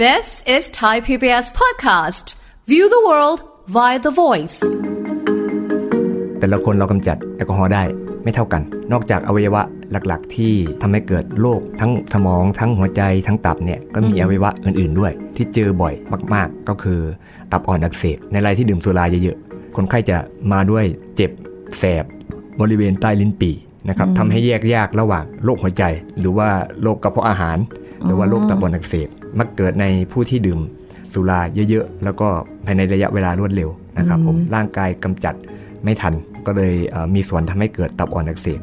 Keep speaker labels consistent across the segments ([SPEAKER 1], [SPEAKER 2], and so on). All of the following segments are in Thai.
[SPEAKER 1] This is Thai PBS podcast. View the world via the voice.
[SPEAKER 2] แต่ละคนเรากำจัดแอลกอฮอล์ได้ไม่เท่ากันนอกจากอวัยวะหลักๆที่ทำให้เกิดโรคทั้งสมองทั้งหัวใจทั้งตับเนี่ยก็มีอวัยวะอื่นๆด้วยที่เจอบ่อยมากๆก็คือตับอ่อนอักเสบในรายที่ดื่มสุราเยอะๆคนไข้จะมาด้วยเจ็บแสบบริเวณใต้ลิ้นปี่นะครับทำให้แยกยากระหว่างโรคหัวใจหรือว่าโรคกระเพาะอาหารหรือว่าโรคตับอ่อนอักเสบมักเกิดในผู้ที่ดื่มสุราเยอะๆแล้วก็ภายในระยะเวลารวดเร็วนะครับผมร่างกายกำจัดไม่ทันก็เลยมีส่วนทำให้เกิดตับอ่อนอักเสบ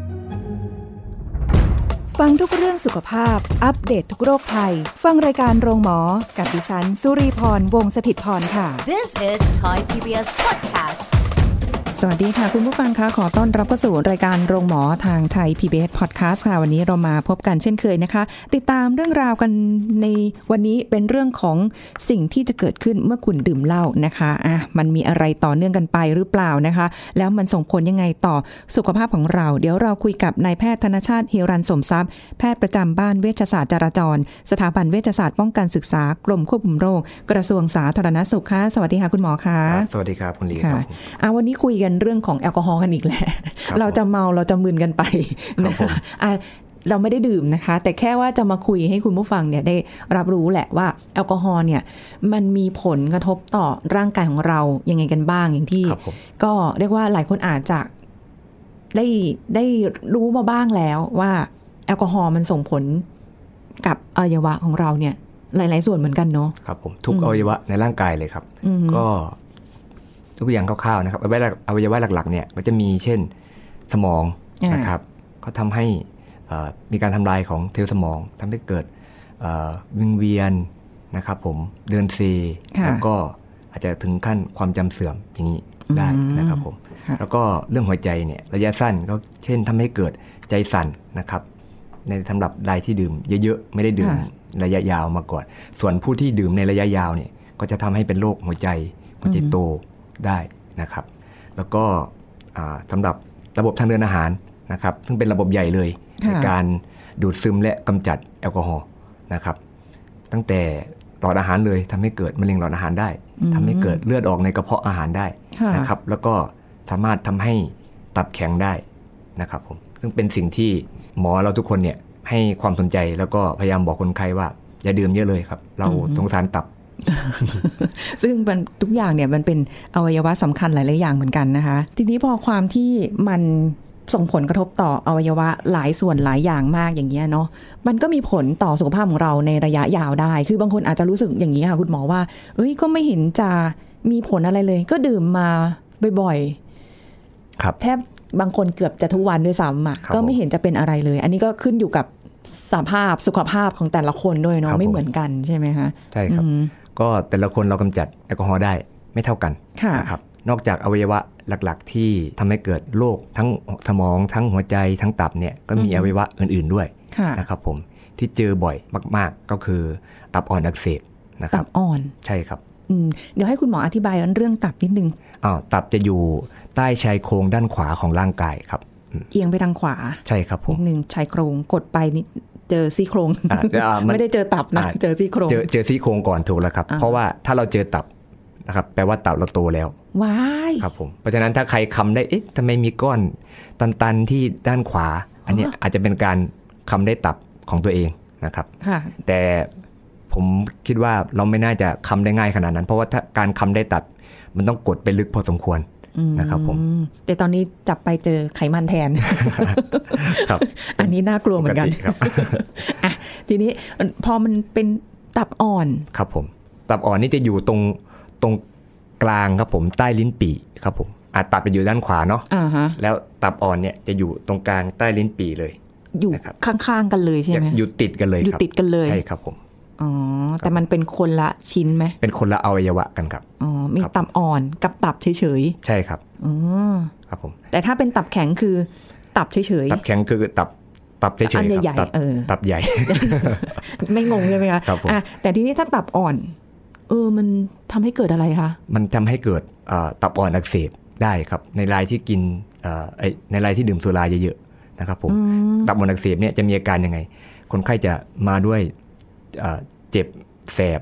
[SPEAKER 3] ฟังทุกเรื่องสุขภาพอัปเดต ทุกโรคภัยฟังรายการโรงหมอกับดิฉันสุรีพรวงศ์สถิตย์พรค่ะ
[SPEAKER 1] This is Thai PBS podcast.
[SPEAKER 3] สวัสดีค่ะคุณผู้ฟังคะขอต้อนรับเข้าสู่รายการโรงหมอทางไทย PBS Podcast ค่ะวันนี้เรามาพบกันเช่นเคยนะคะติดตามเรื่องราวกันในวันนี้เป็นเรื่องของสิ่งที่จะเกิดขึ้นเมื่อคุณดื่มเหล้านะคะมันมีอะไรต่อเนื่องกันไปหรือเปล่านะคะแล้วมันส่งผลยังไงต่อสุขภาพของเราเดี๋ยวเราคุยกับนายแพทย์ธนชาติเฮรัญสมทรัพย์แพทย์ประจำบ้านเวชศาสตร์จราจรสถาบันเวชศาสตร์ป้องกันศึกษากรมควบคุมโรคกระทรวงสาธารณสุขค่ะสวัสดีค่ะคุณหมอค่ะ
[SPEAKER 2] สวัสดีครับคุณลีครับ
[SPEAKER 3] วันนี้คุยกันเรื่องของแอลกอฮอล์กันอีกแล้วเราจะเมาเราจะมึนกันไปนะคะเราไม่ได้ดื่มนะคะแต่แค่ว่าจะมาคุยให้คุณผู้ฟังเนี่ยได้รับรู้แหละว่าแอลกอฮอล์เนี่ยมันมีผลกระทบต่อร่างกายของเรายังไงกันบ้างอย่างที่ก็เรียกว่าหลายคนอาจจะได้รู้มาบ้างแล้วว่าแอลกอฮอล์มันส่งผลกับอวัยวะของเราเนี่ยหลายๆส่วนเหมือนกันเนาะ
[SPEAKER 2] ครับผมทุกอวัยวะในร่างกายเลยครับก็ทุกอย่างคร่าวๆนะครับอวัยวะหลักๆเนี่ยก็จะมีเช่นสมองนะครับเขาทำให้มีการทำลายของเซลล์สมองทำให้เกิดวิงเวียนนะครับผมเดินเซแล้วก็อาจจะถึงขั้นความจำเสื่อมอย่างนี้ได้นะครับผมแล้วก็เรื่องหัวใจเนี่ยระยะสั้นก็เช่นทำให้เกิดใจสั่นนะครับในสำหรับรายที่ดื่มเยอะๆไม่ได้ดื่มระยะยาวมาก่อนส่วนผู้ที่ดื่มในระยะยาวเนี่ยก็จะทำให้เป็นโรคหัวใจโตได้นะครับแล้วก็สำหรับระบบทางเดินอาหารนะครับซึ่งเป็นระบบใหญ่เลยในการดูดซึมและกำจัดแอลกอฮอล์นะครับตั้งแต่หลอดอาหารเลยทำให้เกิดมะเร็งหลอดอาหารได้ทำให้เกิดเลือดออกในกระเพาะอาหารได้นะครับแล้วก็สามารถทำให้ตับแข็งได้นะครับผมซึ่งเป็นสิ่งที่หมอเราทุกคนเนี่ยให้ความสนใจแล้วก็พยายามบอกคนไข้ว่าอย่าดื่มเยอะเลยครับเราสงสารตับ
[SPEAKER 3] ซึ่งทุกอย่างเนี่ยมันเป็นอวัยวะสำคัญหลายๆอย่างเหมือนกันนะคะทีนี้พอความที่มันส่งผลกระทบต่ออวัยวะหลายส่วนหลายอย่างมากอย่างเงี้ยเนาะมันก็มีผลต่อสุขภาพของเราในระยะยาวได้คือบางคนอาจจะรู้สึกอย่างนี้ค่ะคุณหมอว่าก็ไม่เห็นจะมีผลอะไรเลยก็ดื่มมาบ่อยๆครับแทบบางคนเกือบจะทุกวันด้วยซ้ำก็ไม่เห็นจะเป็นอะไรเลยอันนี้ก็ขึ้นอยู่กับสภาพสุขภาพของแต่ละคนด้วยเนาะไม่เหมือนกันใช่ไหมคะ
[SPEAKER 2] ใช่ครับก็แต่ละคนเรากำจัดแอลกอฮอล์ได้ไม่เท่ากันนะครับนอกจากอวัยวะหลักๆที่ทำให้เกิดโรคทั้งสมองทั้งหัวใจทั้งตับเนี่ยก็มีอวัยวะอื่นๆด้วยนะครับผมที่เจอบ่อยมากๆก็คือตับอ่อนอักเสบนะครับ
[SPEAKER 3] ตับอ่อน
[SPEAKER 2] ใช่ครับ
[SPEAKER 3] เดี๋ยวให้คุณหมออธิบายเรื่องตับนิดนึง
[SPEAKER 2] ตับจะอยู่ใต้ชายโครงด้านขวาของร่างกายครับ
[SPEAKER 3] เอียงไปทางขวา
[SPEAKER 2] ใช่ครับผม
[SPEAKER 3] นิดนึงชายโครงกดไปนี่เจอซี่โครงไม่ได้เจอตับนะเจอซี่โครง
[SPEAKER 2] เจอซี่โครงก่อนถูกแล้วครับเพราะว่าถ้าเราเจอตับนะครับแปลว่าตับเราโตแล้ว
[SPEAKER 3] ว้าย
[SPEAKER 2] ครับผมเพราะฉะนั้นถ้าใครคำได้ทำไมมีก้อนตันๆที่ด้านขวาอันนี้อาจจะเป็นการคำได้ตับของตัวเองนะครับแต่ผมคิดว่าเราไม่น่าจะคำได้ง่ายขนาดนั้นเพราะว่าถ้าการคำได้ตับมันต้องกดไปลึกพอสมควรนะครับผม
[SPEAKER 3] แต่ตอนนี้จับไปเจอไขมันแทน
[SPEAKER 2] ครับ
[SPEAKER 3] อันนี้น่ากลัวเหมือนกันทีนี้พอมันเป็นตับอ่อน
[SPEAKER 2] ครับผมตับอ่อนนี่จะอยู่ตรงกลางครับผมใต้ลิ้นปี่ครับผมตับจะอยู่ด้านขวาเนาะแล้วตับอ่อนเนี่ยจะอยู่ตรงกลางใต้ลิ้นปี่เลย
[SPEAKER 3] อยู่ข้างๆกันเลยใช่ไหม
[SPEAKER 2] อยู่ติดกันเลย
[SPEAKER 3] อยู่ติดกันเลย
[SPEAKER 2] ใช่ครับผม
[SPEAKER 3] แต่มันเป็นคนละชิ้นไหม
[SPEAKER 2] เป็นคนละอวัยวะกันครับ
[SPEAKER 3] มีตับอ่อนกับตับเฉย
[SPEAKER 2] ๆใช่ครับครับผม
[SPEAKER 3] แต่ถ้าเป็นตับแข็งคือตับเฉย
[SPEAKER 2] ๆตับแข็งคือตับเฉยๆครับตับใหญ่
[SPEAKER 3] ไม่งงใช่ไหมคะแต่ทีนี้ถ้าตับอ่อนมันทำให้เกิดอะไรคะ
[SPEAKER 2] มันทำให้เกิดตับอ่อนอักเสบได้ครับในรายที่กินในรายที่ดื่มสุราเยอะๆนะครับผมตับอ่อนอักเสบเนี่ยจะมีอาการยังไงคนไข้จะมาด้วยเจ็บแสบ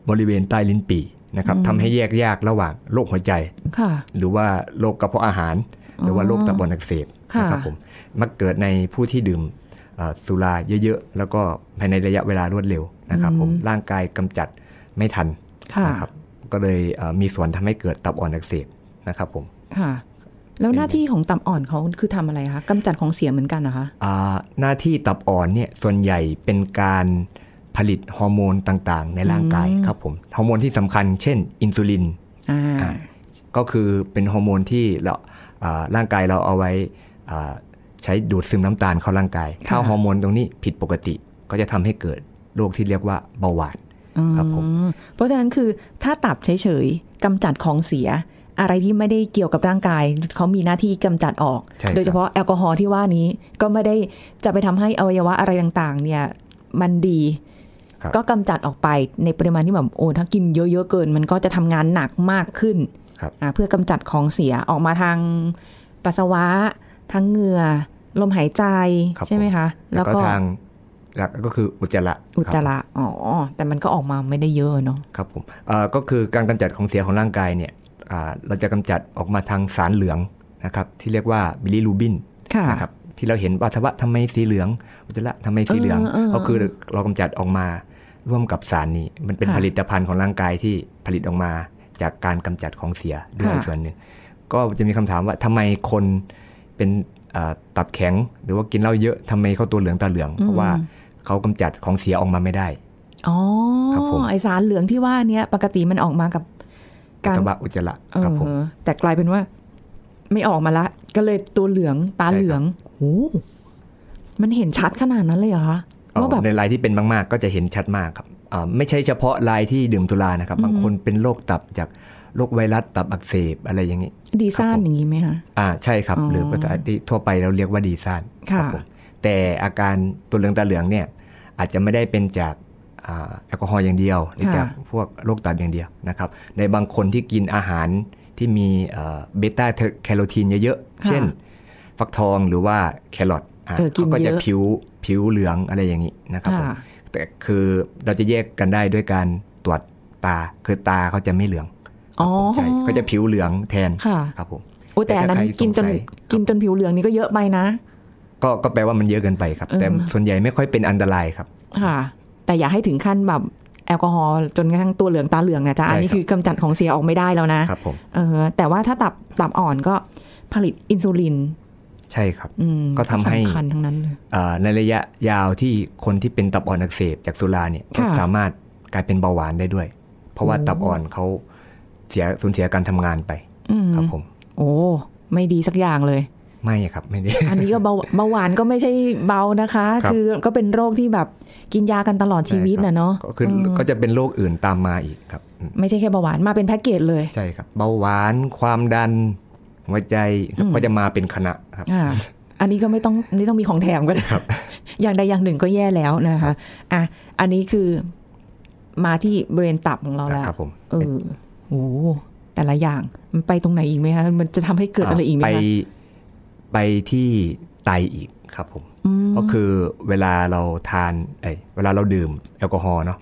[SPEAKER 2] บริเวณใต้ลิ้นปี่นะครับทำให้แยกยากระหว่างโรคหัวใจหรือว่าโรคกระเพาะอาหารหรือว่าโรคตับอ่อนอักเสบนะครับผมมักเกิดในผู้ที่ดื่มสุราเยอะๆแล้วก็ภายในระยะเวลารวดเร็วนะครับผมร่างกายกำจัดไม่ทันนะครับก็เลยมีส่วนทำให้เกิดตับอ่อนอักเสบนะครับผม
[SPEAKER 3] ค่ะแล้วหน้าที่ของตับอ่อนเขาคือทำอะไรคะกำจัดของเสียเหมือนกันนะคะ
[SPEAKER 2] หน้าที่ตับอ่อนเนี่ยส่วนใหญ่เป็นการผลิตฮอร์โมนต่างๆในร่างกายครับผมฮอร์โมนที่สำคัญเช่นอินซูลินก็คือเป็นฮอร์โมนที่ร่างกายเราเอาไว้ใช้ดูดซึมน้ำตาลเข้าร่างกายถ้าฮอร์โมนตรงนี้ผิดปกติก็จะทำให้เกิดโรคที่เรียกว่าเบาหวานครับผม
[SPEAKER 3] เพราะฉะนั้นคือถ้าตับเฉยๆกำจัดของเสียอะไรที่ไม่ได้เกี่ยวกับร่างกายเขามีหน้าที่กำจัดออกโดยเฉพาะแอลกอฮอล์ที่ว่านี้ก็ไม่ได้จะไปทำให้อวัยวะอะไรต่างๆเนี่ยมันดีก็กำจัดออกไปในปริมาณที่แบบถ้ากินเยอะๆเกินมันก็จะทำงานหนักมากขึ้นเพื่อกำจัดของเสียออกมาทางปัสสาวะทางเหงื่อลมหายใจใช่ไหมคะ
[SPEAKER 2] แล้วก็ทางหลักก็คืออุจจาระ
[SPEAKER 3] แต่มันก็ออกมาไม่ได้เยอะเนาะ
[SPEAKER 2] ครับผมก็คือการกำจัดของเสียของร่างกายเนี่ยเราจะกำจัดออกมาทางสารเหลืองนะครับที่เรียกว่าบิลิรูบินนะครับที่เราเห็นว่าทำไมสีเหลืองอุจจาระทำไมสีเหลืองก็คือเรากำจัดออกมาร่วมกับสารนี้มันเป็นผลิตภัณฑ์ของร่างกายที่ผลิตออกมาจากการกำจัดของเสียด้วยส่วนหนึ่งก็จะมีคำถามว่าทำไมคนเป็นตับแข็งหรือว่ากินเหล้าเยอะทำไมเขาตัวเหลืองตาเหลืองเพราะว่าเขากำจัดของเสียออกมาไม่ได้
[SPEAKER 3] ไอสารเหลืองที่ว่านี้ปกติมันออกมากับ
[SPEAKER 2] การอุจจาระครับผม
[SPEAKER 3] แต่กลายเป็นว่าไม่ออกมาละก็เลยตัวเหลืองตาเหลืองโอ้มันเห็นชัดขนาดนั้นเลยเหรอคะ
[SPEAKER 2] ว่าแบบในรายที่เป็นมากๆก็จะเห็นชัดมากครับไม่ใช่เฉพาะรายที่ดื่มสุรานะครับบางคนเป็นโรคตับจากโรคไวรัสตับอักเสบอะไรอย่างนี้
[SPEAKER 3] ดีซ่านอย่างนี้ไหมคะ
[SPEAKER 2] ใช่ครับหรือภาษาทั่วไปเราเรียกว่าดีซ่านครับผมแต่อาการตัวเหลืองตาเหลืองเนี่ยอาจจะไม่ได้เป็นจากแอลกอฮอล์อย่างเดียวหรือจากพวกโรคตับอย่างเดียวนะครับในบางคนที่กินอาหารที่มีเบต้าแคโรทีนเยอะๆเช่นฟักทองหรือว่าแครอทเขาก็จะผิวเหลืองอะไรอย่างนี้นะครับแต่คือเราจะแยกกันได้ด้วยการตรวจตาคือตาเขาจะไม่เหลืองใช่เขาจะผิวเหลืองแทนครับผม
[SPEAKER 3] แต่อันนั้นกินจนผิวเหลืองนี่ก็เยอะไปนะ
[SPEAKER 2] ก็แปลว่ามันเยอะเกินไปครับแต่ส่วนใหญ่ไม่ค่อยเป็นอันตรายครับ
[SPEAKER 3] ค่ะแต่อย่าให้ถึงขั้นแบบแอลกอฮอล์จนกระทั่งตัวเหลืองตาเหลืองนะจ๊ะอันนี้คือกำจัดของเสียออกไม่ได้แล้วนะครับ
[SPEAKER 2] ผม
[SPEAKER 3] แต่ว่าถ้าตับอ่อนก็ผลิตอินซูลิน
[SPEAKER 2] ใช่ครับก็ทำให้
[SPEAKER 3] สำคัญทั้งนั้นเลย
[SPEAKER 2] ในระยะยาวที่คนที่เป็นตับอ่อนอักเสบจากสุราเนี่ยก็สามารถกลายเป็นเบาหวานได้ด้วยเพราะว่าตับอ่อนเขาสูญเสียการทำงานไปครับผม
[SPEAKER 3] ไม่ดีสักอย่างเลย
[SPEAKER 2] ไม่ครับไม่ดี
[SPEAKER 3] อันนี้ก็เบาหวานก็ไม่ใช่เบานะคะคือก็เป็นโรคที่แบบกินยากันตลอดชีวิตนะเนาะ
[SPEAKER 2] ก็จะเป็นโรคอื่นตามมาอีกครับ
[SPEAKER 3] ไม่ใช่แค่เบาหวานมาเป็นแพ็กเกจเลย
[SPEAKER 2] ใช่ครับเบาหวานความดันหัวใจก็จะมาเป็นคณะครับ
[SPEAKER 3] อันนี้ก็ไม่ต้องมีของแถมก็ได้ครับอย่างใดอย่างหนึ่งก็แย่แล้วนะคะอันนี้คือมาที่บริเวณตับของเราแล้ว
[SPEAKER 2] ครับผม
[SPEAKER 3] แต่ละอย่างมันไปตรงไหนอีกไหมคะมันจะทำให้เกิดอะไรอีกไหมคะ
[SPEAKER 2] ไปที่ไตอีกครับผมก็คือเวลาเราเวลาเราดื่มแอลกอฮอล์เนาะ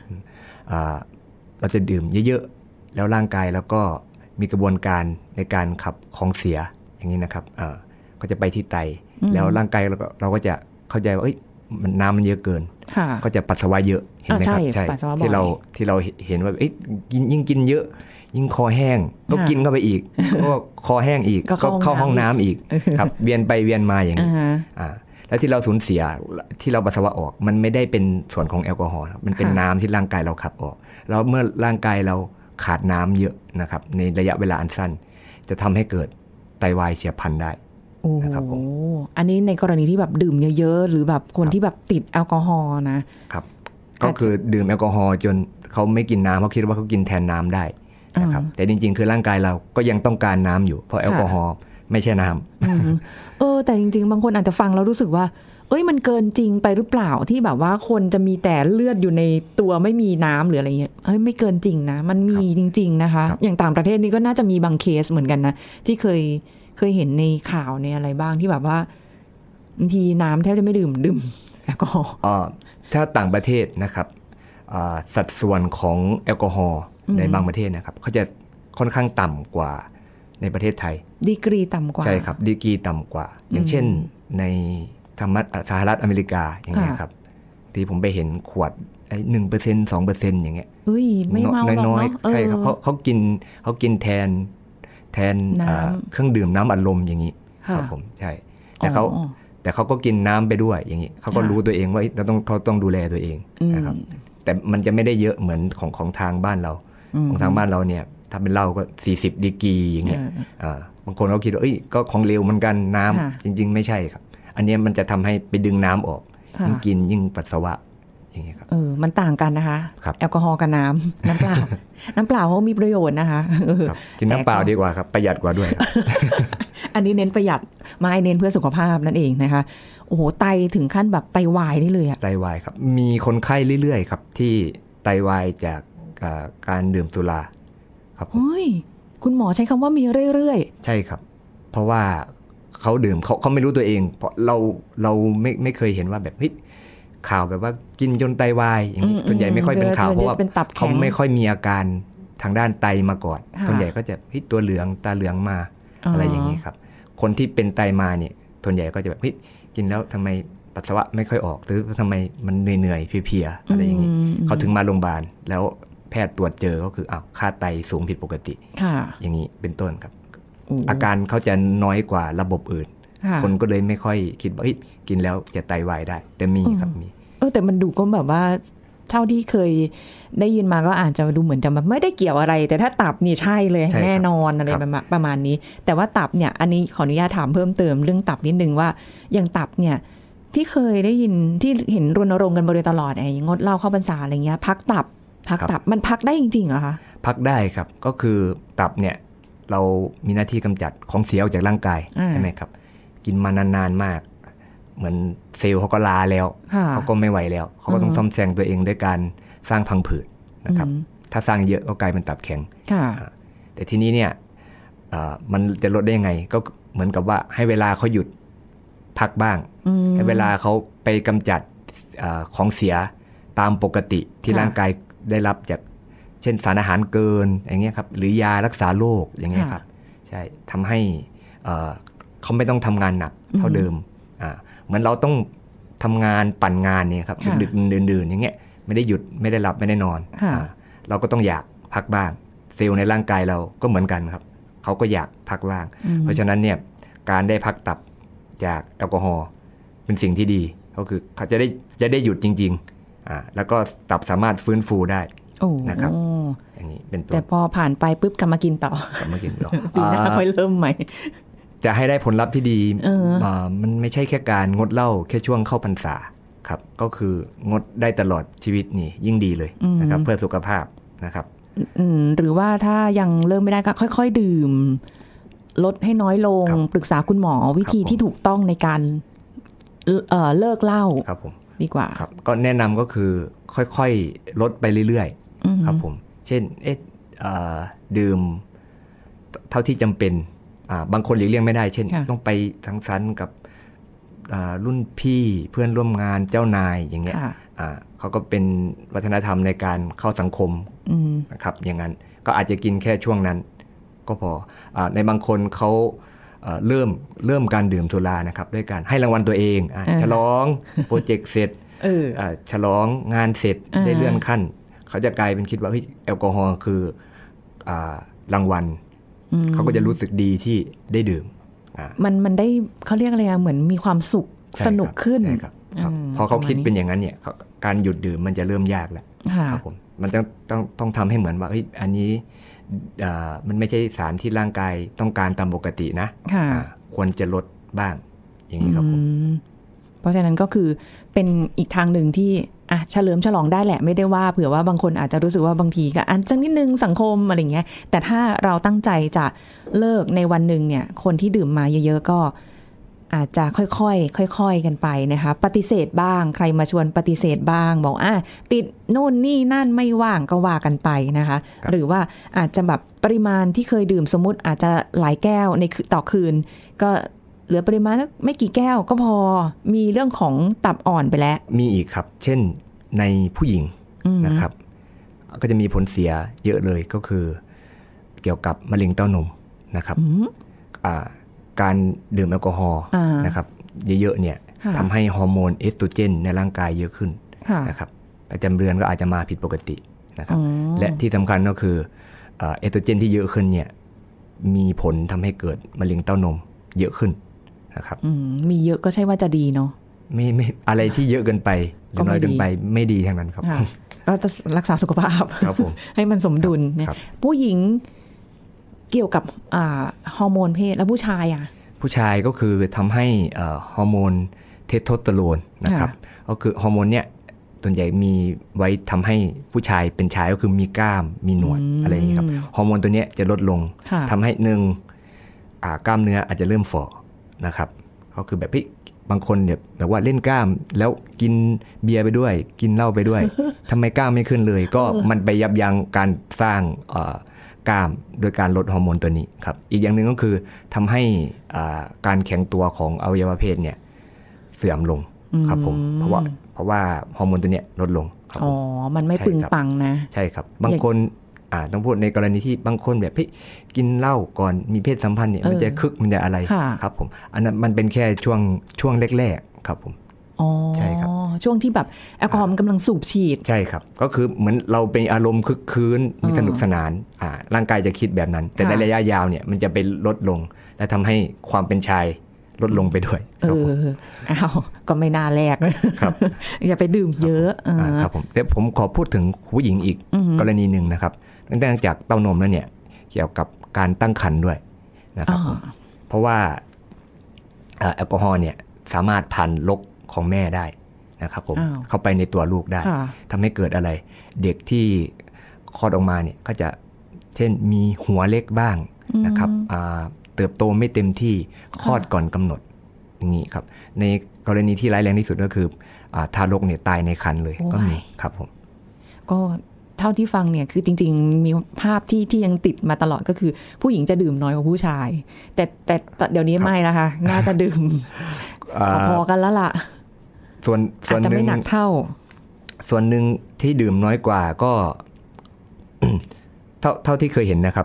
[SPEAKER 2] เราจะดื่มเยอะๆแล้วร่างกายแล้วก็มีกระบวนการในการขับของเสียอย่างนี้นะครับก็จะไปที่ไตแล้วร่างกายเราก็จะเข้าใจว่าน้ำมันเยอะเกินก็จะปัสสาวะเยอะเห็นไหมครับใช่ที่เราเห็นว่ายิ่งกินเยอะยิ่งคอแห้งก็กินเข้าไปอีกก็คอแห้งอีกก็เข้าห้องน้ำอีกครับเวียนไปเวียนมาอย่างนี้แล้วที่เราสูญเสียที่เราปัสสาวะออกมันไม่ได้เป็นส่วนของแอลกอฮอล์มันเป็นน้ำที่ร่างกายเราขับออกแล้วเมื่อร่างกายเราขาดน้ำเยอะนะครับในระยะเวลาอันสั้นจะทำให้เกิดไตวายเฉียบพลันได้นะครับผม
[SPEAKER 3] อันนี้ในกรณีที่แบบดื่มเยอะๆหรือแบบคนที่แบบติดแอลกอฮอล์
[SPEAKER 2] นะครับก็คือดื่มแอลกอฮอล์จนเขาไม่กินน้ำเขาคิดว่าเขากินแทนน้ำได้นะครับแต่จริงๆคือร่างกายเราก็ยังต้องการน้ำอยู่เพราะแอลกอฮอล์ไม่ใช่น้
[SPEAKER 3] ำแต่จริงๆบางคนอาจจะฟังแล้วรู้สึกว่ามันเกินจริงไปหรือเปล่าที่แบบว่าคนจะมีแต่เลือดอยู่ในตัวไม่มีน้ำหรืออะไรเงี้ยไม่เกินจริงนะมันมีจริงๆนะคะอย่างต่างประเทศนี่ก็น่าจะมีบางเคสเหมือนกันนะที่เคยเห็นในข่าวในอะไรบ้างที่แบบว่าบางทีน้ำแทบจะไม่ดื่มแอลกอฮอล์
[SPEAKER 2] ถ้าต่างประเทศนะครับสัดส่วนของแอลกอฮอล์ในบางประเทศนะครับเขาจะค่อนข้างต่ำกว่าในประเทศไทย
[SPEAKER 3] ดีกรีต่ำกว่า
[SPEAKER 2] ใช่ครับดีกรีต่ำกว่าอย่างเช่นในสหรัฐอเมริกาอย่างเงี้ยครับที่ผมไปเห็นขวด1% 2% อย่างเงี้ย
[SPEAKER 3] ไม่เมาหรอก
[SPEAKER 2] น้อยๆใช่ครับเพราะเขากินแทนเครื่องดื่มน้ำอัดลมอย่างนี้ครับผมใช่แต่เขาก็กินน้ำไปด้วยอย่างนี้เขาก็รู้ตัวเองว่าเขาต้องดูแลตัวเองนะครับแต่มันจะไม่ได้เยอะเหมือนของทางบ้านเราของทางบ้านเราเนี่ยถ้าเป็นเหล้าก็40ดีกรีอย่างเงี้ยบางคนเขาคิดว่าก็ของเหลวเหมือนกันน้ำจริงๆไม่ใช่ครับอันนี้มันจะทำให้ไปดึงน้ำออกยิ่งกินยิ่งปัสสาวะอย่างเงี้ยครับ
[SPEAKER 3] มันต่างกันนะคะแอลกอฮอล์กับน้ำเปล่า น้ำเปล่าเขามีประโยชน์นะคะ
[SPEAKER 2] กินน้ำเปล่าดีกว่าครับประหยัดกว่าด้วย
[SPEAKER 3] อันนี้เน้นประหยัดไม่เน้นเพื่อสุขภาพนั่นเองนะคะโอ้โหไตถึงขั้นแบบไตวายได้เลยอะ
[SPEAKER 2] ไตวายครับมีคนไข้เรื่อยๆครับที่ไตวายจากการดื่มสุราครับ
[SPEAKER 3] เฮ้ยคุณหมอใช้คำว่ามีเรื่อย
[SPEAKER 2] ๆใช่ครับเพราะว่าเขาดื่มเขาไม่รู้ตัวเองเพราะเราไม่เคยเห็นว่าแบบข่าวแบบว่ากินจนไตวายอย่างนี้ส่วนใหญ่ไม่ค่อยเป็นข่าวเพราะว่าเขาไม่ค่อยมีอาการทางด้านไตมาก่อนส่วนใหญ่ก็จะตัวเหลืองตาเหลืองมาอะไรอย่างนี้ครับคนที่เป็นไตมาเนี่ยส่วนใหญ่ก็จะแบบกินแล้วทำไมปัสสาวะไม่ค่อยออกหรือทำไมมันเหนื่อยๆเพลียๆอะไรอย่างนี้เขาถึงมาโรงพยาบาลแล้วแพทย์ตรวจเจอก็คือค่าไตสูงผิดปกติอย่างนี้เป็นต้นครับอาการเขาจะน้อยกว่าระบบอื่นคนก็เลยไม่ค่อยคิดว่ากินแล้วจะไตวายได้แต่มีครับมี
[SPEAKER 3] แต่มันดูก็แบบว่าเท่าที่เคยได้ยินมาก็อาจจะดูเหมือนจะแบบไม่ได้เกี่ยวอะไรแต่ถ้าตับนี่ใช่เลยแน่นอนอะไรประมาณนี้แต่ว่าตับเนี่ยอันนี้ขออนุญาตถามเพิ่มเติมเรื่องตับนิดนึงว่าอย่างตับเนี่ยที่เคยได้ยินที่เห็นรณรงค์กันมาโดยตลอดงดเหล้าเข้าพรรษาอะไรเงี้ยพักตับมันพักได้จริงๆเหรอคะ
[SPEAKER 2] พักได้ครับก็คือตับเนี่ยเรามีหน้าที่กำจัดของเสียออกจากร่างกายใช่ไหมครับกินมานานๆมากเหมือนเซลล์เขาก็ลาแล้วเขาก็ไม่ไหวแล้วเขาก็ต้องซ่อมแซมตัวเองด้วยการสร้างพังผืดนะครับถ้าสร้างเยอะก็กลายเป็นตับแข็งแต่ทีนี้เนี่ยมันจะลดได้ยังไงก็เหมือนกับว่าให้เวลาเขาหยุดพักบ้างให้เวลาเขาไปกำจัดของเสียตามปกติที่ร่างกายได้รับจากเช่นสารอาหารเกินอย่างเงี้ยครับหรือยารักษาโรคอย่างเงี้ยครับใช่ทำให้เขาไม่ต้องทำงานหนักเท่าเดิมเหมือนเราต้องทำงานปั่นงานเนี่ยครับดึกๆดื่นๆอย่างเงี้ยไม่ได้หยุดไม่ได้หลับไม่ได้นอนเราก็ต้องอยากพักบ้างเซลล์ในร่างกายเราก็เหมือนกันครับเขาก็อยากพักบ้างเพราะฉะนั้นเนี่ยการได้พักตับจากแอลกอฮอล์เป็นสิ่งที่ดีก็คือเขาจะได้หยุดจริงๆแล้วก็ตับสามารถฟื้นฟูได้นะครับอย่างนี้เป็นตัว
[SPEAKER 3] แต่พอผ่านไปปุ๊บกลับมากินต่อปีหน้าค่อยเริ่มใหม่
[SPEAKER 2] จะให้ได้ผลลัพธ์ที่ดีมันไม่ใช่แค่การงดเหล้าแค่ช่วงเข้าพรรษาครับก็คืองดได้ตลอดชีวิตนี่ยิ่งดีเลยนะครับเพื่อสุขภาพนะครับ
[SPEAKER 3] หรือว่าถ้ายังเริ่มไม่ได้ก็ค่อยๆดื่มลดให้น้อยลงปรึกษาคุณหมอวิธีที่ถูกต้องในการเลิกเหล้าดีกว่า
[SPEAKER 2] ครับก็แนะนำก็คือค่อยๆลดไปเรื่อยๆครับผมเช่นดื่มเท่าที่จำเป็นบางคนหลีกเลี่ยงไม่ได้เช่นต้องไปสังสรรค์กับรุ่นพี่เพื่อนร่วมงานเจ้านายอย่างเงี้ยเขาก็เป็นวัฒนธรรมในการเข้าสังคมนะครับอย่างนั้นก็อาจจะกินแค่ช่วงนั้นก็พอในบางคนเขาเริ่มการดื่มสุรานะครับด้วยการให้รางวัลตัวเองฉลองโปรเจกต์เสร็จฉลองงานเสร็จได้เลื่อนขั้นเขาจะกลายเป็นคิดว่าแอลกอฮอล์คือรางวัลเขาก็จะรู้สึกดีที่ได้ดื่ม
[SPEAKER 3] มันได้เขาเรียกอะไรเหมือนมีความสุขสนุกขึ้น
[SPEAKER 2] พอเขาคิดเป็นอย่างนั้นเนี่ยการหยุดดื่มมันจะเริ่มยากแล้วครับผมมันต้องทำให้เหมือนว่าอันนี้มันไม่ใช่สารที่ร่างกายต้องการตามปกตินะควรจะลดบ้างอย่างนี้ครับผม
[SPEAKER 3] เพราะฉะนั้นก็คือเป็นอีกทางหนึ่งที่เฉลิมฉลองได้แหละไม่ได้ว่าเผื่อว่าบางคนอาจจะรู้สึกว่าบางทีก็จังนิดนึงสังคมอะไรเงี้ยแต่ถ้าเราตั้งใจจะเลิกในวันหนึ่งเนี่ยคนที่ดื่มมาเยอะๆก็อาจจะค่อยๆกันไปนะคะปฏิเสธบ้างใครมาชวนปฏิเสธบ้างบอกติดโน่นนี่นั่นไม่ว่างก็ว่ากันไปนะคะหรือว่าอาจจะแบบปริมาณที่เคยดื่มสมมุติอาจจะหลายแก้วในต่อคืนก็เหลือปริมาณไม่กี่แก้วก็พอมีเรื่องของตับอ่อนไปแล้ว
[SPEAKER 2] มีอีกครับเช่นในผู้หญิงนะครับก็จะมีผลเสียเยอะเลยก็คือเกี่ยวกับมะเร็งเต้านมนะครับการดื่มแอลกอฮอล์นะครับเยอะๆเนี่ยทำให้ฮอร์โมนเอสโตรเจนในร่างกายเยอะขึ้นนะครับประจำเดือนก็อาจจะมาผิดปกตินะครับและที่สำคัญก็คือเอสโตรเจนที่เยอะขึ้นเนี่ยมีผลทำให้เกิดมะเร็งเต้านมเยอะขึ้นนะครับ
[SPEAKER 3] มีเยอะก็ใช่ว่าจะดีเนาะ
[SPEAKER 2] ไม่อะไรที่เยอะเกินไปหรือน้อยเกินไปไม่ดีทั้งนั้นครับ
[SPEAKER 3] ก็จะรักษาสุขภาพให้มันสมดุลเนี่ยผู้หญิงเกี่ยวกับฮอร์โมนเพศแล้วผู้ชาย
[SPEAKER 2] ผู้ชายก็คือทำให้ฮอร์โมนเทสโทสเตอโรนนะครับก็คือฮอร์โมนเนี่ยส่วนใหญ่มีไว้ทำให้ผู้ชายเป็นชายก็คือมีกล้ามมีหนวดอะไรอย่างนี้ครับฮอร์โมนตัวนี้จะลดลงทำให้กล้ามเนื้ออาจจะเริ่มฝ่อนะครับก็คือแบบบางคนเนี่ยแบบว่าเล่นกล้ามแล้วกินเบียร์ไปด้วยกินเหล้าไปด้วย ทำไมกล้ามไม่ขึ้นเลยก็มันไปยับยั้งการสร้างกล้ามโดยการลดฮอร์โมนตัวนี้ครับอีกอย่างหนึ่งก็คือทำให้การแข็งตัวของอวัยวะเพศเนี่ยเสื่อมลงครับผมเพราะว่าฮอร์โมนตัวนี้ลดลง
[SPEAKER 3] อ๋อมันไม่ปึงปังนะ
[SPEAKER 2] ใช่ครับบางคนต้องพูดในกรณีที่บางคนแบบกินเหล้าก่อนมีเพศสัมพันธ์เนี่ยมันจะคึกมันจะอะไรครับผมอันนั้นมันเป็นแค่ช่วงแรกๆครับผม
[SPEAKER 3] ใช่ครับช่วงที่แบบแอลกอฮอล์มันกำลังสูบฉีด
[SPEAKER 2] ใช่ครับก็คือเหมือนเราเป็นอารมณ์คึกคืนมีสนุกสนานร่างกายจะคิดแบบนั้นแต่ในระยะยาวเนี่ยมันจะไปลดลงและทำให้ความเป็นชายลดลงไปด้วย
[SPEAKER 3] ก็ไม่น่าแลก
[SPEAKER 2] ครับ
[SPEAKER 3] อย่าไปดื่มเยอะ
[SPEAKER 2] ครับผมเดี๋ยวผมขอพูดถึงผู้หญิงอีกกรณีหนึ่งนะครับเนื่องจากเต้านมแล้วเนี่ยเกี่ยวกับการตั้งครรภ์ด้วยนะครับเพราะว่าแอลกอฮอล์เนี่ยสามารถผ่านรกของแม่ได้นะครับผมเข้าไปในตัวลูกได้ทำให้เกิดอะไรเด็กที่คลอดออกมาเนี่ยก็จะเช่นมีหัวเล็กบ้างนะครับเติบโตไม่เต็มที่คลอดก่อนกำหนดอย่างนี้ครับในกรณีที่ร้ายแรงที่สุดก็คือทารกเนี่ยตายในครรภ์เลยก็มีครับผม
[SPEAKER 3] ก็เท่าที่ฟังเนี่ยคือจริงๆมีภาพที่ยังติดมาตลอดก็คือผู้หญิงจะดื่มน้อยกว่าผู้ชายแต่เดี๋ยวนี้ไม่นะคะน่าจะดื่มพอๆกันแล้วล่ะ
[SPEAKER 2] ส่วน
[SPEAKER 3] อาจจะไม่หนักเท่า
[SPEAKER 2] ส่วนหนึ่งที่ดื่มน้อยกว่าก็ เท่าที่เคยเห็นนะครับ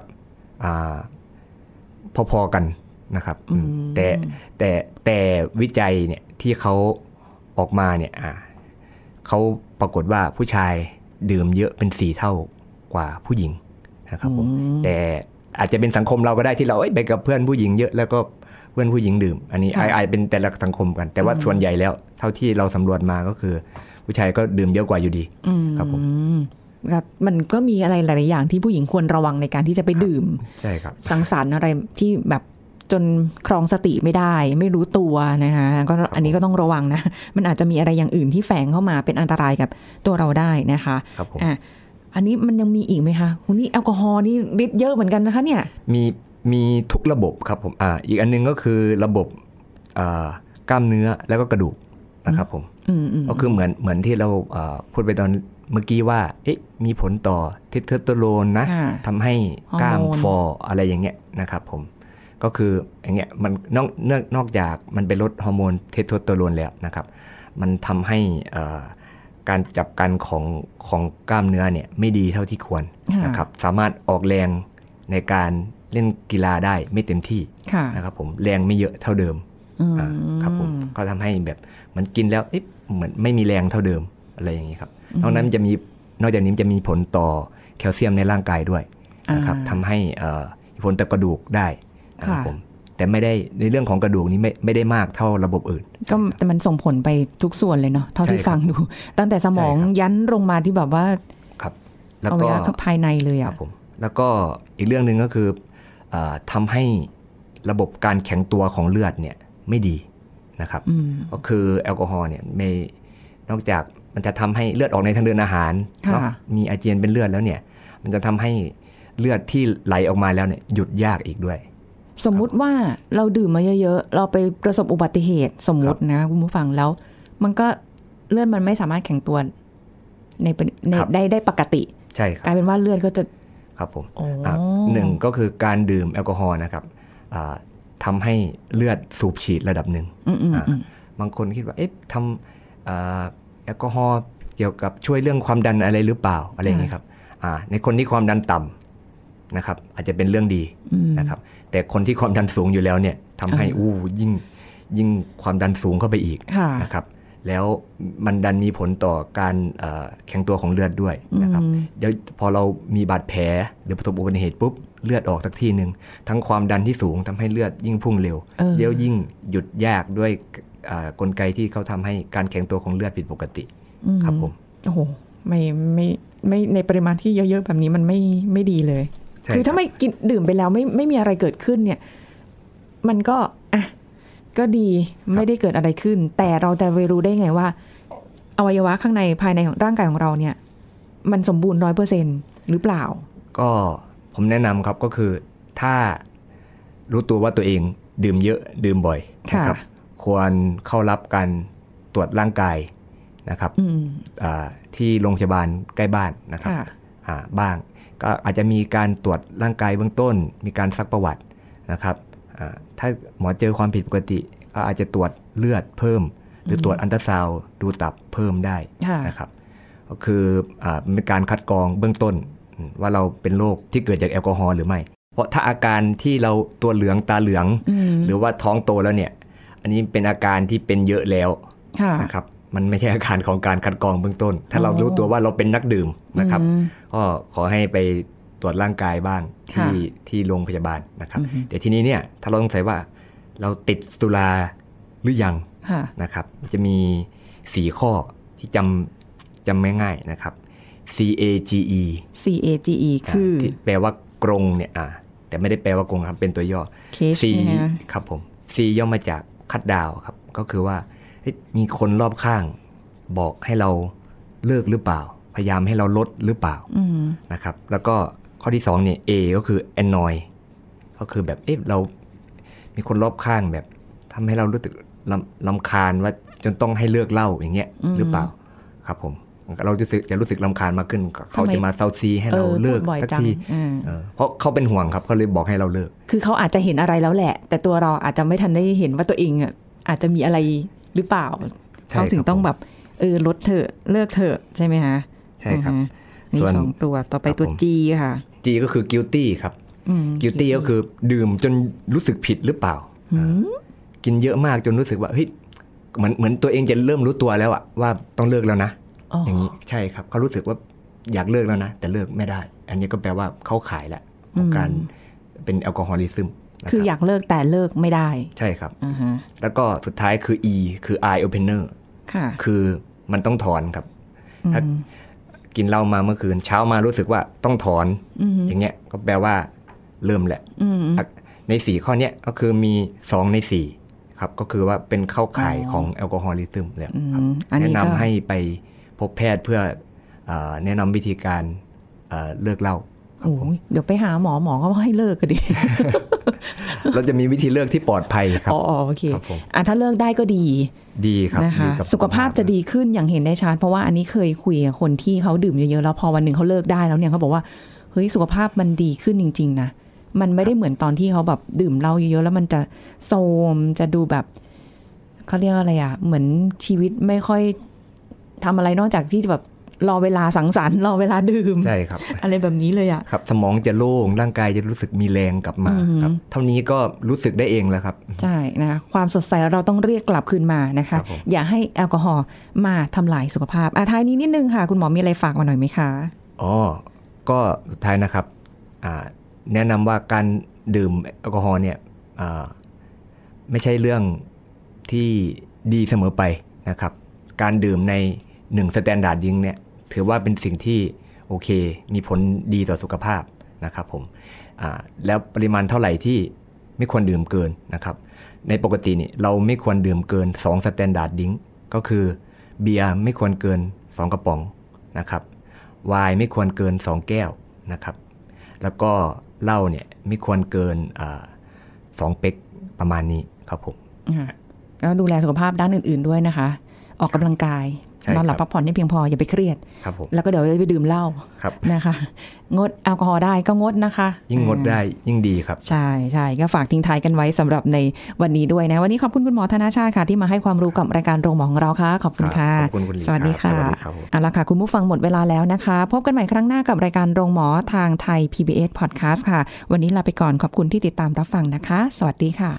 [SPEAKER 2] พอๆกันนะครับแต่วิจัยเนี่ยที่เขาออกมาเนี่ยเขาปรากฏว่าผู้ชายดื่มเยอะเป็น4 เท่ากว่าผู้หญิงนะครับผมแต่อาจจะเป็นสังคมเราก็ได้ที่เราไปกับเพื่อนผู้หญิงเยอะแล้วก็เพื่อนผู้หญิงดื่มอันนี้อาจเป็นแต่ละสังคมกันแต่ว่าส่วนใหญ่แล้วเท่าที่เราสำรวจมาก็คือผู้ชายก็ดื่มเยอะกว่าอยู่ดีครับผม
[SPEAKER 3] มันก็มีอะไรหลายๆอย่างที่ผู้หญิงควรระวังในการที่จะไปดื่ม
[SPEAKER 2] ใช่ครับ
[SPEAKER 3] สังสรรค์อะไรที่แบบจนครองสติไม่ได้ไม่รู้ตัวนะคะก็อันนี้ก็ต้องระวังนะมันอาจจะมีอะไรอย่างอื่นที่แฝงเข้ามาเป็นอันตรายกับตัวเราได้นะคะอันนี้มันยังมีอีกไหมคะคุณนี่แอลกอฮอล์นี่ฤทธิ์เยอะเหมือนกันนะคะเนี่ย
[SPEAKER 2] มีทุกระบบครับผมอีกอันนึงก็คือระบบกล้ามเนื้อแล้วก็กระดูกนะครับผมก็คือเหมือนที่เราพูดไปตอนเมื่อกี้ว่ามีผลต่อเทสโทสเตอโรนนะทำให้กล้ามฟออะไรอย่างเงี้ยนะครับผมก็คืออย่างเงี้ยมันนอกจากมันไปลดฮอร์โมนเทสโทสเตอโรนแล้วนะครับมันทำให้การจับกันของกล้ามเนื้อเนี่ยไม่ดีเท่าที่ควรนะครับสามารถออกแรงในการเล่นกีฬาได้ไม่เต็มที่นะครับผมแรงไม่เยอะเท่าเดิมครับผมก็ทำให้แบบมันกินแล้วเหมือนไม่มีแรงเท่าเดิมอะไรอย่างนี้ครับนอกจากนี้จะมีผลต่อแคลเซียมในร่างกายด้วยนะครับทำให้ผลต่อกระดูกได้นะครับผมแต่ไม่ได้ในเรื่องของกระดูกนี้ไม่ได้มากเท่าระบบอื่น
[SPEAKER 3] ก็แต่มันส่งผลไปทุกส่วนเลยเนาะเท่าที่ฟังดูตั้งแต่สมองยันลงมาที่แบบว่า
[SPEAKER 2] ครับ
[SPEAKER 3] แล้วก็ภายในเลย
[SPEAKER 2] ครับผมแล้วก็อีกเรื่องนึงก็คือทำให้ระบบการแข็งตัวของเลือดเนี่ยไม่ดีนะครับก็คือแอลกอฮอล์เนี่ยไม่นอกจากมันจะทำให้เลือดออกในทางเดินอาหารเนาะมีอาเจียนเป็นเลือดแล้วเนี่ยมันจะทำให้เลือดที่ไหลออกมาแล้วเนี่ยหยุดยากอีกด้วย
[SPEAKER 3] สมมุติว่าเราดื่มมาเยอะๆเราไปประสบอุบัติเหตุสมมุตินะคุณผู้ฟังแล้วมันก็เลือดมันไม่สามารถแข็งตัวในได้ปกติ
[SPEAKER 2] ใช่ครับ
[SPEAKER 3] กลายเป็นว่าเลือดก็จะ
[SPEAKER 2] ครับผมหนึ่งก็คือการดื่มแอลกอฮอล์นะครับทำให้เลือดสูบฉีดระดับหนึ่งบางคนคิดว่าทำแอลกอฮอล์เกี่ยวกับช่วยเรื่องความดันอะไรหรือเปล่าอะไรอย่างนี้ครับในคนที่ความดันต่ำนะครับอาจจะเป็นเรื่องดีนะครับแต่คนที่ความดันสูงอยู่แล้วเนี่ยทำให้ยิ่งความดันสูงเข้าไปอีกนะครับแล้วมันดันมีผลต่อการแข็งตัวของเลือดด้วยนะครับเดี๋ยวพอเรามีบาดแผลหรือประสบอุบัติเหตุปุ๊บเลือดออกสักที่นึงทั้งความดันที่สูงทำให้เลือดยิ่งพุ่งเร็วเดี๋ยวยิ่งหยุดยากด้วยกลไกที่เขาทำให้การแข็งตัวของเลือดผิดปกติครับผม
[SPEAKER 3] โอ้โหไม่ในปริมาณที่เยอะๆแบบนี้มันไม่ดีเลยคือถ้าไม่กินดื่มไปแล้วไม่มีอะไรเกิดขึ้นเนี่ยมันก็ก็ดีไม่ได้เกิดอะไรขึ้นแต่เราจะไปรู้ได้ไงว่าอวัยวะข้างในภายในของร่างกายของเราเนี่ยมันสมบูรณ์ 100% หรือเปล่า
[SPEAKER 2] ก็ผมแนะนำครับก็คือถ้ารู้ตัวว่าตัวเองดื่มเยอะดื่มบ่อยนะครับควรเข้ารับการตรวจร่างกายนะครับที่โรงพยาบาลใกล้บ้านนะครับบ้างก็อาจจะมีการตรวจร่างกายเบื้องต้นมีการซักประวัตินะครับถ้าหมอเจอความผิดปกติก็อาจจะตรวจเลือดเพิ่มหรือตรวจอัลตราซาวด์ดูตับเพิ่มได้นะครับก็คือเป็นการคัดกรองเบื้องต้นว่าเราเป็นโรคที่เกิดจากแอลกอฮอล์หรือไม่เพราะถ้าอาการที่เราตัวเหลืองตาเหลืองหรือว่าท้องโตแล้วเนี่ยอันนี้เป็นอาการที่เป็นเยอะแล้วนะครับมันไม่ใช่อาการของการคัดกรองเบื้องต้นถ้าเรารู้ตัวว่าเราเป็นนักดื่มนะครับก็ขอให้ไปตรวจร่างกายบ้างที่โรงพยาบาลนะครับแต่ทีนี้เนี่ยถ้าเราสงสัยว่าเราติดสุราหรือยังนะครับจะมี4ข้อที่จำง่ายๆนะครับ CAGE
[SPEAKER 3] คือ
[SPEAKER 2] แปลว่ากรงเนี่ยแต่ไม่ได้แปลว่ากรงครับเป็นตัวย่อ C ครับผม C ย่อมาจากคัทดาวครับก็คือว่ามีคนรอบข้างบอกให้เราเลิกหรือเปล่าพยายามให้เราลดหรือเปล่านะครับแล้วก็ข้อที่2เนี่ย A ก็คือ annoy ก็คือแบบเรามีคนรอบข้างแบบทำให้เรารู้สึกรำคาญว่าจนต้องให้เลิกเหล้าอย่างเงี้ยหรือเปล่าครับผมเราจะรู้สึกรำคาญมากขึ้นเขาจะมาเซาซีให้เราเลิกสักทีเพราะเขาเป็นห่วงครับเขาเลยบอกให้เราเลิก
[SPEAKER 3] คือเขาอาจจะเห็นอะไรแล้วแหละแต่ตัวเราอาจจะไม่ทันได้เห็นว่าตัวเองอาจจะมีอะไรหรือเปล่าเขาถึงต้องแบบลดเถอะเลิกเถอะใช่ไหมคะ
[SPEAKER 2] ใช่ครับ
[SPEAKER 3] มี2ตัวต่อไปตัว G ค่ะ
[SPEAKER 2] G ก็คือ guilty ครับ guilty ก็คือดื่มจนรู้สึกผิดหรือเปล่ากินเยอะมากจนรู้สึกว่าเฮ้ยเหมือนตัวเองจะเริ่มรู้ตัวแล้วอะว่าต้องเลิกแล้วนะอย่างนี้ใช่ครับเขารู้สึกว่าอยากเลิกแล้วนะแต่เลิกไม่ได้อันนี้ก็แปลว่าเข้าข่ายแล้วของการเป็นแอลกอฮอลิซึม
[SPEAKER 3] คืออยากเลิกแต่เลิกไม่ได้
[SPEAKER 2] ใช่ครับแล้วก็สุดท้ายคือ E คือ eye opener คือมันต้องถอนครับถ้ากินเหล้ามาเมื่อคืนเช้ามารู้สึกว่าต้องถอนอย่างเงี้ยก็แปลว่าเริ่มแหละใน4ข้อเนี้ยก็คือมี2ใน4ครับก็คือว่าเป็นเข้าข่ายของแอลกอฮอลิซึมแล้วครับแนะนำให้ไปพบแพทย์เพื่อแนะนำวิธีการเลิกเหล้า
[SPEAKER 3] เดี๋ยวไปหาหมอก็ให้เลิกก็ดี
[SPEAKER 2] เราจะมีวิธีเลิกที่ปลอดภัยครับ
[SPEAKER 3] โอเคถ้าเลิกได้ก็ดี
[SPEAKER 2] ครับ
[SPEAKER 3] นะคะสุขภาพจะดีขึ้นอย่างเห็นได้ชัดเพราะว่าอันนี้เคยคุยกับคนที่เขาดื่มเยอะๆแล้วพอวันหนึ่งเขาเลิกได้แล้วเนี่ยเขาบอกว่าเฮ้ยสุขภาพมันดีขึ้นจริงๆนะมันไม่ได้เหมือนตอนที่เขาแบบดื่มเหล้าเยอะๆแล้วมันจะโทรมจะดูแบบเขาเรียกอะไรเหมือนชีวิตไม่ค่อยทำอะไรนอกจากที่จะแบบรอเวลาสังสรรค์รอเวลาดื่ม
[SPEAKER 2] ใช่ครับ
[SPEAKER 3] อะไรแบบนี้เลย
[SPEAKER 2] ครับสมองจะโล่งร่างกายจะรู้สึกมีแรงกลับมาครับเท่านี้ก็รู้สึกได้เองแล้วครับ
[SPEAKER 3] ใช่นะคะความสดใสเราต้องเรียกกลับคืนมานะคะอย่าให้แอลกอฮอล์มาทำลายสุขภาพท้ายนี้นิดนึงค่ะคุณหมอมีอะไรฝากมาหน่อยไหมคะ
[SPEAKER 2] ก็สุดท้ายนะครับแนะนำว่าการดื่มแอลกอฮอล์เนี่ยไม่ใช่เรื่องที่ดีเสมอไปนะครับการดื่มใน1 Standard Drink เนี่ยถือว่าเป็นสิ่งที่โอเคมีผลดีต่อสุขภาพนะครับผมแล้วปริมาณเท่าไหร่ที่ไม่ควรดื่มเกินนะครับในปกตินี่เราไม่ควรดื่มเกิน2 Standard Drink ก็คือเบียร์ไม่ควรเกิน2กระป๋องนะครับไวน์ไม่ควรเกิน2แก้วนะครับแล้วก็เหล้าเนี่ยไม่ควรเกิน2เป๊กประมาณนี้ครับผม
[SPEAKER 3] ก็ดูแลสุขภาพด้านอื่นๆด้วยนะคะออกกำลังกายนอนหลับพักผ่อนให้เพียงพออย่าไปเครียดแล้วก็เดี๋ยวไปดื่มเหล้านะคะงดแอลกอฮอล์ได้ก็งดนะคะ
[SPEAKER 2] ยิ่งงดได้ยิ่งดีครับ
[SPEAKER 3] ใช่ใช่ก็ฝากทิ้งท้ายกันไว้สำหรับในวันนี้ด้วยนะวันนี้ขอบคุณคุณหมอธนชาติค่ะที่มาให้ความรู้กับรายการโรงหมอของเราค่ะขอบคุณค่ะสวัสดีค่ะเอาล่ะค่ะคุณผู้ฟังหมดเวลาแล้วนะคะพบกันใหม่ครั้งหน้ากับรายการโรงหมอทางไทย PBS Podcast ค่ะวันนี้ลาไปก่อนขอบคุณที่ติดตามรับฟังนะคะสวัสดีค่ะ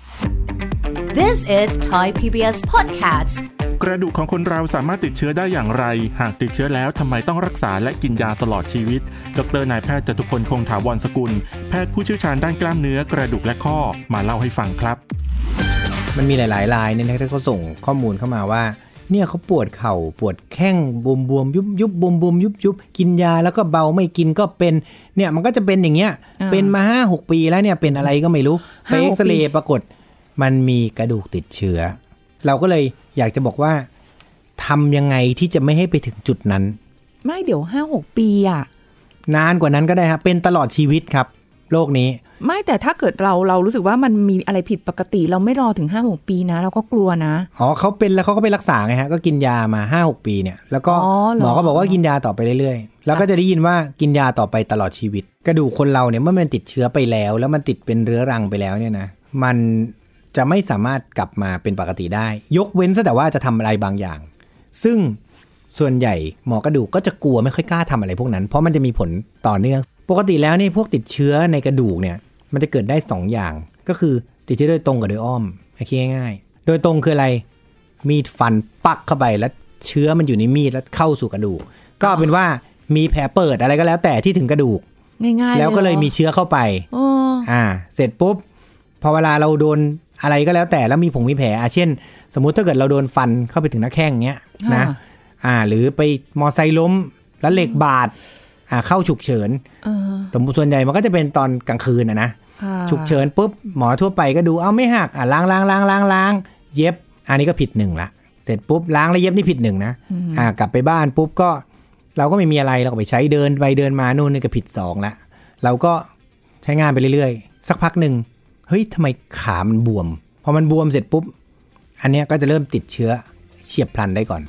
[SPEAKER 1] This is Thai PBS Podcast
[SPEAKER 4] กระดูกของคนเราสามารถติดเชื้อได้อย่างไรหากติดเชื้อแล้วทำไมต้องรักษาและกินยาตลอดชีวิตดร.นายแพทย์จตุพลคงถาวรสกุลแพทย์ผู้เชี่ยวชาญด้านกล้ามเนื้อกระดูกและข้อมาเล่าให้ฟังครับ
[SPEAKER 5] มันมีหลายๆรายเนี่ยที่เขาส่งข้อมูลเข้ามาว่าเนี่ยเขาปวดเข่าปวดแข้งบวมๆยุบๆบวมๆยุบๆกินยาแล้วก็เบาไม่กินก็เป็นเนี่ยมันก็จะเป็นอย่างเงี้ยเป็นมา 5-6 ปีแล้วเนี่ยเป็นอะไรก็ไม่รู้ไปเอ็กซเรย์ปรากฏมันมีกระดูกติดเชื้อเราก็เลยอยากจะบอกว่าทำยังไงที่จะไม่ให้ไปถึงจุดนั้น
[SPEAKER 3] ไม่เดี๋ยว 5-6 ปีอ่ะ
[SPEAKER 5] นานกว่านั้นก็ได้ครับเป็นตลอดชีวิตครับโรคนี้
[SPEAKER 3] ไม่แต่ถ้าเกิดเรารู้สึกว่ามันมีอะไรผิดปกติเราไม่รอถึง 5-6 ปีนะเราก็กลัวนะ
[SPEAKER 5] เขาเป็นแล้วเขาก็ไปรักษาไงฮะก็กินยามา 5-6 ปีเนี่ยแล้วก็หมอก็บอกว่ากินยาต่อไปเรื่อยๆแล้วก็จะได้ยินว่ากินยาต่อไปตลอดชีวิตกระดูกคนเราเนี่ยเมื่อมันติดเชื้อไปแล้วมันติดเป็นเรื้อรังไปแล้วเนี่ยนะมันจะไม่สามารถกลับมาเป็นปกติได้ยกเว้นซะแต่ว่าจะทำอะไรบางอย่างซึ่งส่วนใหญ่หมอกระดูกก็จะกลัวไม่ค่อยกล้าทำอะไรพวกนั้นเพราะมันจะมีผลต่อเนื่องปกติแล้วนี่พวกติดเชื้อในกระดูกเนี่ยมันจะเกิดได้2อย่างก็คือติดเชื้อโดยตรงกับโดยอ้อมคิดง่ายๆโดยตรงคืออะไรมีดฟันปักเข้าไปแล้วเชื้อมันอยู่ในมีดแล้วเข้าสู่กระดูกก็เป็นว่ามีแผลเปิดอะไรก็แล้วแต่ที่ถึงกระดูก
[SPEAKER 3] ง่ายๆ
[SPEAKER 5] แล้วก็เลยมีเชื้อเข้าไปเสร็จปุ๊บพอเวลาเราโดนอะไรก็แล้วแต่แล้วมีผงมีแผลเช่นสมมุติถ้าเกิดเราโดนฟันเข้าไปถึงหน้าแข้งเงี้ยนะหรือไปมอไซค์ล้มแล้วเหล็กบาดเข้าฉุกเฉินสมมุติส่วนใหญ่มันก็จะเป็นตอนกลางคืนนะฉุกเฉินปุ๊บหมอทั่วไปก็ดูไม่หักล้างเย็บอันนี้ก็ผิด1ละเสร็จปุ๊บล้างแล้วเย็บนี่ผิด1นะกลับไปบ้านปุ๊บก็เราก็ไม่มีอะไรเราก็ไปใช้เดินไปเดินมานู่นนี่ก็ผิด2ละเราก็ใช้งานไปเรื่อยๆสักพักนึงเฮ้ยทำไมขามันบวมพอมันบวมเสร็จปุ๊บอันเนี้ยก็จะเริ่มติดเชื้อเฉียบพลันได้ก่อน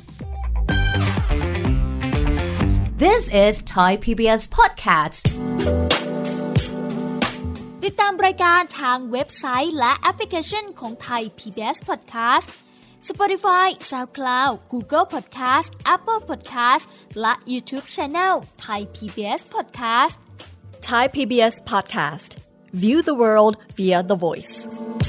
[SPEAKER 1] This is Thai PBS Podcast
[SPEAKER 6] ติดตามรายการทางเว็บไซต์และแอปพลิเคชันของ Thai PBS Podcast Spotify SoundCloud Google Podcast Apple Podcast และ YouTube Channel Thai PBS Podcast
[SPEAKER 7] Thai PBS Podcast View the world via the voice